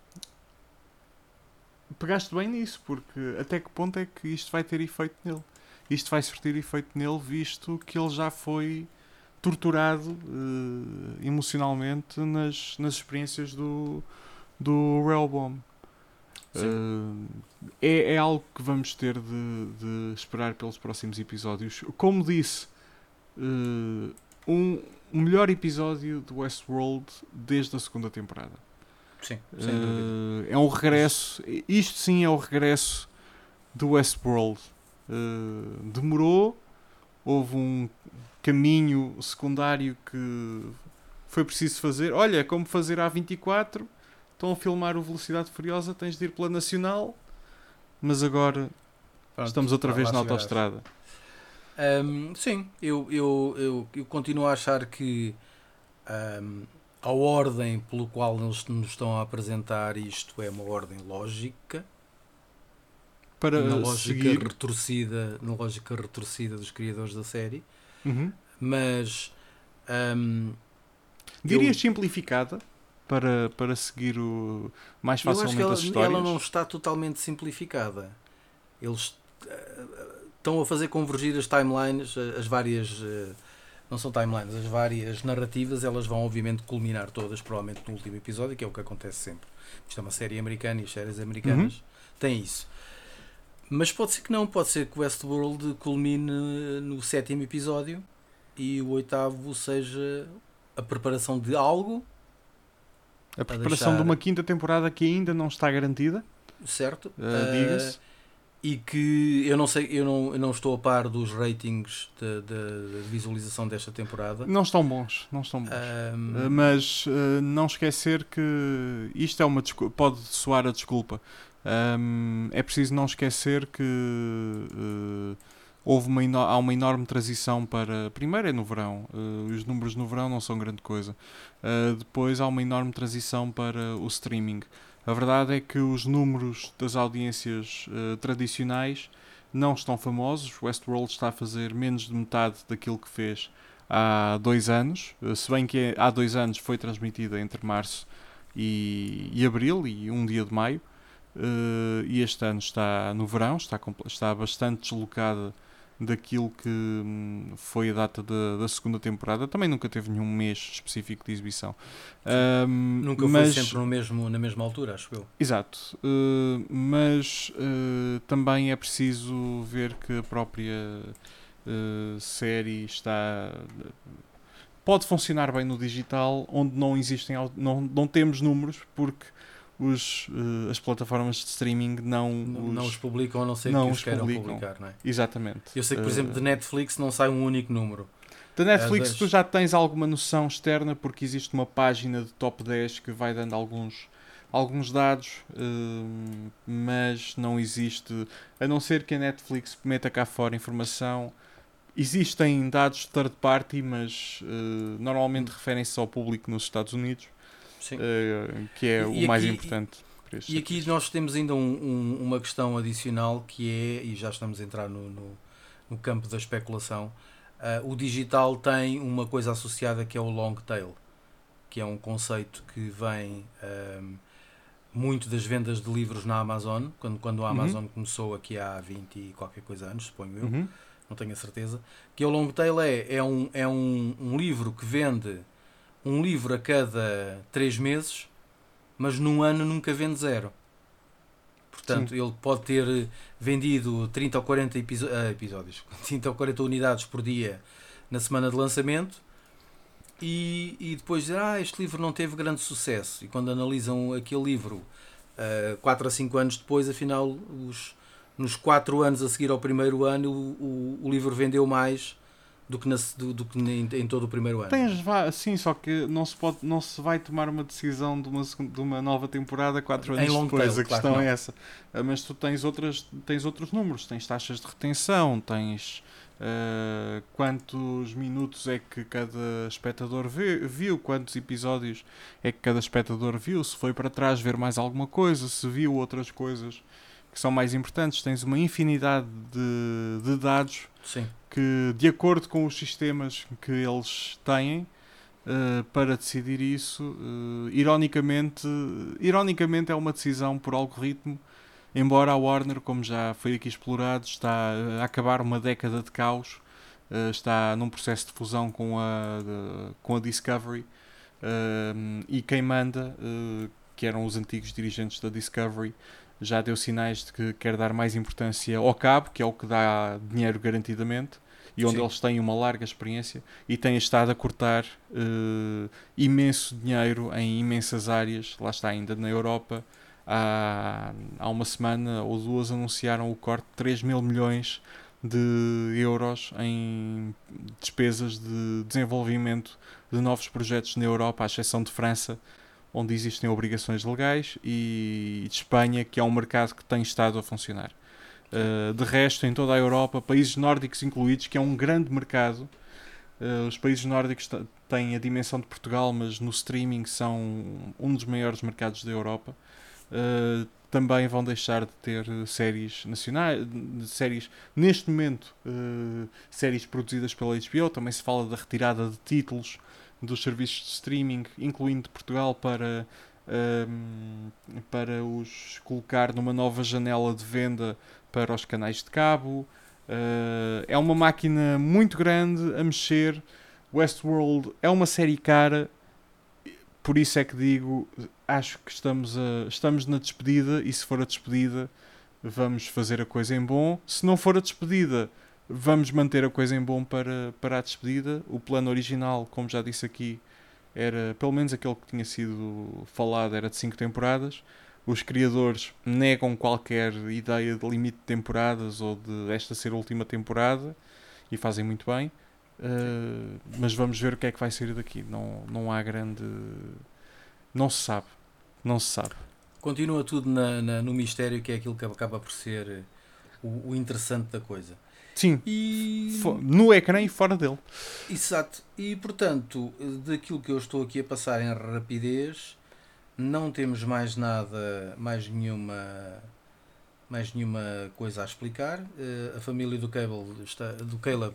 pegaste bem nisso, porque até que ponto é que isto vai ter efeito nele? Isto vai surtir efeito nele, visto que ele já foi torturado uh, emocionalmente nas, nas experiências do, do Realbomb. Uh, é, é algo que vamos ter de, de esperar pelos próximos episódios. Como disse, uh, um, o melhor episódio do Westworld desde a segunda temporada. Sim, uh, é um regresso. Isto sim é o regresso do Westworld. Uh, demorou, houve um caminho secundário que foi preciso fazer. Olha, como fazer a vinte e quatro. Estão a filmar o Velocidade Furiosa, tens de ir pela Nacional, mas agora Pronto, estamos outra vez na autoestrada. Um, sim, eu, eu, eu, eu continuo a achar que um, a ordem pelo qual eles nos estão a apresentar isto é uma ordem lógica, na Para lógica seguir. retorcida, na lógica retorcida dos criadores da série, Uhum. mas um, Dirias eu, simplificada para, para seguir o, mais eu acho que facilmente ela, as histórias? ela não está totalmente simplificada. Eles uh, estão a fazer convergir as timelines, as várias. Uh, não são timelines, as várias narrativas, elas vão obviamente culminar todas, provavelmente no último episódio, que é o que acontece sempre. Isto é uma série americana e as séries americanas Uhum. têm isso. Mas pode ser que não, pode ser que o Westworld culmine no sétimo episódio e o oitavo seja a preparação de algo A a preparação de deixar uma quinta temporada que ainda não está garantida, certo. uh, Uh, diga-se. e que eu não sei, eu não, eu não estou a par dos ratings de, de, de visualização desta temporada. Não estão bons, não estão bons. Um, Uh, mas uh, não esquecer que isto é uma desculpa, pode soar a desculpa. Um, é preciso não esquecer que uh, houve uma eno- há uma enorme transição para. Primeiro é no verão, uh, os números no verão não são grande coisa. Uh, depois há uma enorme transição para o streaming. A verdade é que os números das audiências uh, tradicionais não estão famosos. Westworld está a fazer menos de metade daquilo que fez há dois anos, se bem que há dois anos foi transmitida entre março e, e abril e um dia de maio, uh, e este ano está no verão, está, está bastante deslocada daquilo que hum, foi a data da, da segunda temporada. Também nunca teve nenhum mês específico de exibição. Um, nunca mas, foi sempre no mesmo, na mesma altura, acho eu. Exato, uh, mas uh, também é preciso ver que a própria uh, série está pode funcionar bem no digital, onde não existem não, não temos números porque os, uh, as plataformas de streaming não, Não, os, não os publicam a não ser não que os os queiram publicam. publicar, não é? Exatamente. Eu sei que, por Uh, exemplo, de Netflix não sai um único número. Da Netflix das... tu já tens alguma noção externa porque existe uma página de top dez que vai dando alguns, alguns dados, uh, mas não existe, a não ser que a Netflix meta cá fora informação. Existem dados de third party, mas uh, normalmente referem-se ao público nos Estados Unidos, uh, que é e, o e mais aqui, importante. Para e aqui serviços. nós temos ainda um, um, uma questão adicional que é, e já estamos a entrar no, no, no campo da especulação, uh, o digital tem uma coisa associada que é o long tail, que é um conceito que vem um, muito das vendas de livros na Amazon, quando, quando a Amazon uhum. começou aqui há vinte e qualquer coisa anos, suponho eu, uhum. não tenho a certeza, que o long tail é, é, um, é um, um livro que vende um livro a cada três meses, mas num ano nunca vende zero. Portanto, Sim. ele pode ter vendido trinta ou quarenta episo- uh, episódios, trinta ou quarenta unidades por dia na semana de lançamento e, e depois dizer, ah, este livro não teve grande sucesso. E quando analisam aquele livro uh, quatro a cinco anos depois, afinal, os, nos quatro anos a seguir ao primeiro ano, o, o, o livro vendeu mais do que, na, do, do que em, em todo o primeiro ano. Tens, sim, só que não se, pode, não se vai tomar uma decisão de uma, de uma nova temporada quatro anos depois. Tail, a questão claro é essa. Mas tu tens, outras, tens outros números, tens taxas de retenção, tens uh, quantos minutos é que cada espectador vê, viu, quantos episódios é que cada espectador viu, se foi para trás ver mais alguma coisa, se viu outras coisas que são mais importantes. Tens uma infinidade de, de dados Sim. que, de acordo com os sistemas que eles têm uh, para decidir isso, uh, ironicamente, ironicamente é uma decisão por algoritmo, embora a Warner, como já foi aqui explorado, está a acabar uma década de caos, uh, está num processo de fusão com a, de, com a Discovery, uh, e quem manda, uh, que eram os antigos dirigentes da Discovery, já deu sinais de que quer dar mais importância ao cabo, que é o que dá dinheiro garantidamente, e onde Sim. eles têm uma larga experiência, e têm estado a cortar uh, imenso dinheiro em imensas áreas. Lá está, ainda na Europa, há, há uma semana ou duas anunciaram o corte de três mil milhões de euros em despesas de desenvolvimento de novos projetos na Europa, à exceção de França, onde existem obrigações legais, e de Espanha, que é um mercado que tem estado a funcionar. Uh, de resto, em toda a Europa, países nórdicos incluídos, que é um grande mercado. Uh, os países nórdicos t- têm a dimensão de Portugal, mas no streaming são um dos maiores mercados da Europa. Uh, também vão deixar de ter séries nacionais, de séries, neste momento, uh, séries produzidas pela H B O. Também se fala da retirada de títulos dos serviços de streaming, incluindo de Portugal, para, um, para os colocar numa nova janela de venda para os canais de cabo. Uh, é uma máquina muito grande a mexer. Westworld é uma série cara, por isso é que digo, acho que estamos, a, estamos na despedida, e se for a despedida vamos fazer a coisa em bom. Se não for a despedida, vamos manter a coisa em bom para, para a despedida. O plano original, como já disse aqui, era, pelo menos aquele que tinha sido falado, era de cinco temporadas. Os criadores negam qualquer ideia de limite de temporadas ou de esta ser a última temporada, e fazem muito bem. Uh, mas vamos ver o que é que vai sair daqui. Não, não há grande... Não se sabe. Não se sabe. Continua tudo na, na, no mistério, que é aquilo que acaba por ser o, o interessante da coisa. Sim, e... no ecrã e fora dele. Exato. E, portanto, daquilo que eu estou aqui a passar em rapidez, não temos mais nada, mais nenhuma, mais nenhuma coisa a explicar. Uh, a família do Caleb está, do Caleb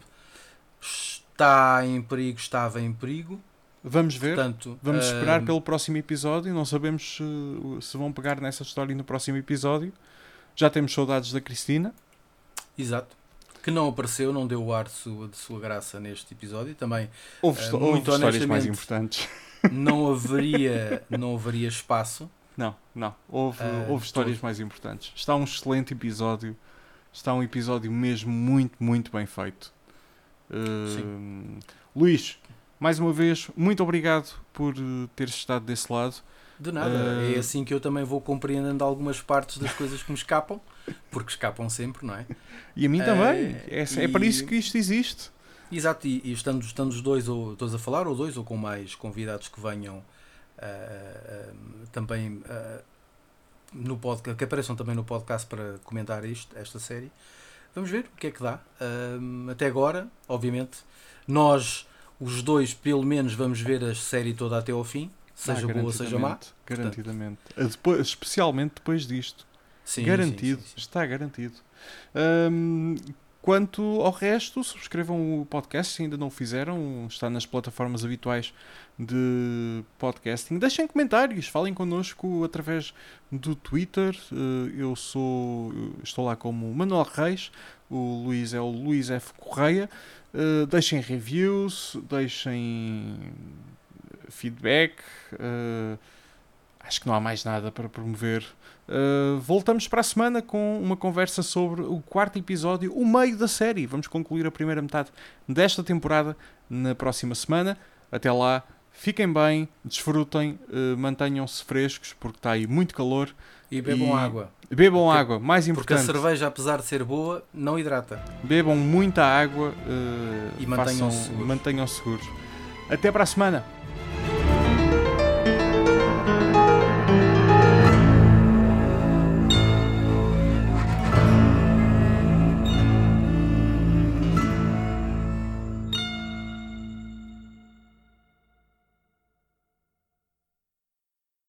está em perigo, estava em perigo. Vamos ver. Portanto, vamos uh, esperar pelo próximo episódio. Não sabemos se, se vão pegar nessa história no próximo episódio. Já temos saudades da Cristina. Exato. Que não apareceu, não deu o ar de sua, de sua graça neste episódio. Também, houve, uh, muito houve histórias mais importantes. Não haveria, não haveria espaço. Não, não. Houve, uh, houve histórias todo. mais importantes. Está um excelente episódio. Está um episódio mesmo muito, muito bem feito. Uh, Luís, mais uma vez, muito obrigado por teres estado desse lado. De nada. Uh, é assim que eu também vou compreendendo algumas partes das coisas que me escapam, porque escapam sempre, não é? E a mim também. Uh, é, e... é para isso que isto existe. Exato, e, e estando, estando os dois, ou todos a falar, ou dois, ou com mais convidados que venham uh, uh, também uh, no podcast, que apareçam também no podcast para comentar isto, esta série. Vamos ver o que é que dá. Uh, até agora, obviamente, nós, os dois, pelo menos, vamos ver a série toda até ao fim, seja ah, boa, seja má. Garantidamente. Portanto, depois, especialmente depois disto. Sim, garantido. Sim, sim, sim. Está garantido. Um, Quanto ao resto, subscrevam o podcast se ainda não o fizeram. Está nas plataformas habituais de podcasting. Deixem comentários, falem connosco através do Twitter. Eu sou, estou lá como Manuel Reis. O Luís é o Luís F. Correia. Deixem reviews, deixem feedback. Acho que não há mais nada para promover. Uh, voltamos para a semana com uma conversa sobre o quarto episódio, o meio da série. Vamos concluir a primeira metade desta temporada na próxima semana. Até lá, fiquem bem, desfrutem, uh, mantenham-se frescos porque está aí muito calor. E bebam e... água. Bebam porque, água, mais importante. Porque a cerveja, apesar de ser boa, não hidrata. Bebam muita água uh, e mantenham-se seguros. mantenham seguros. Até para a semana.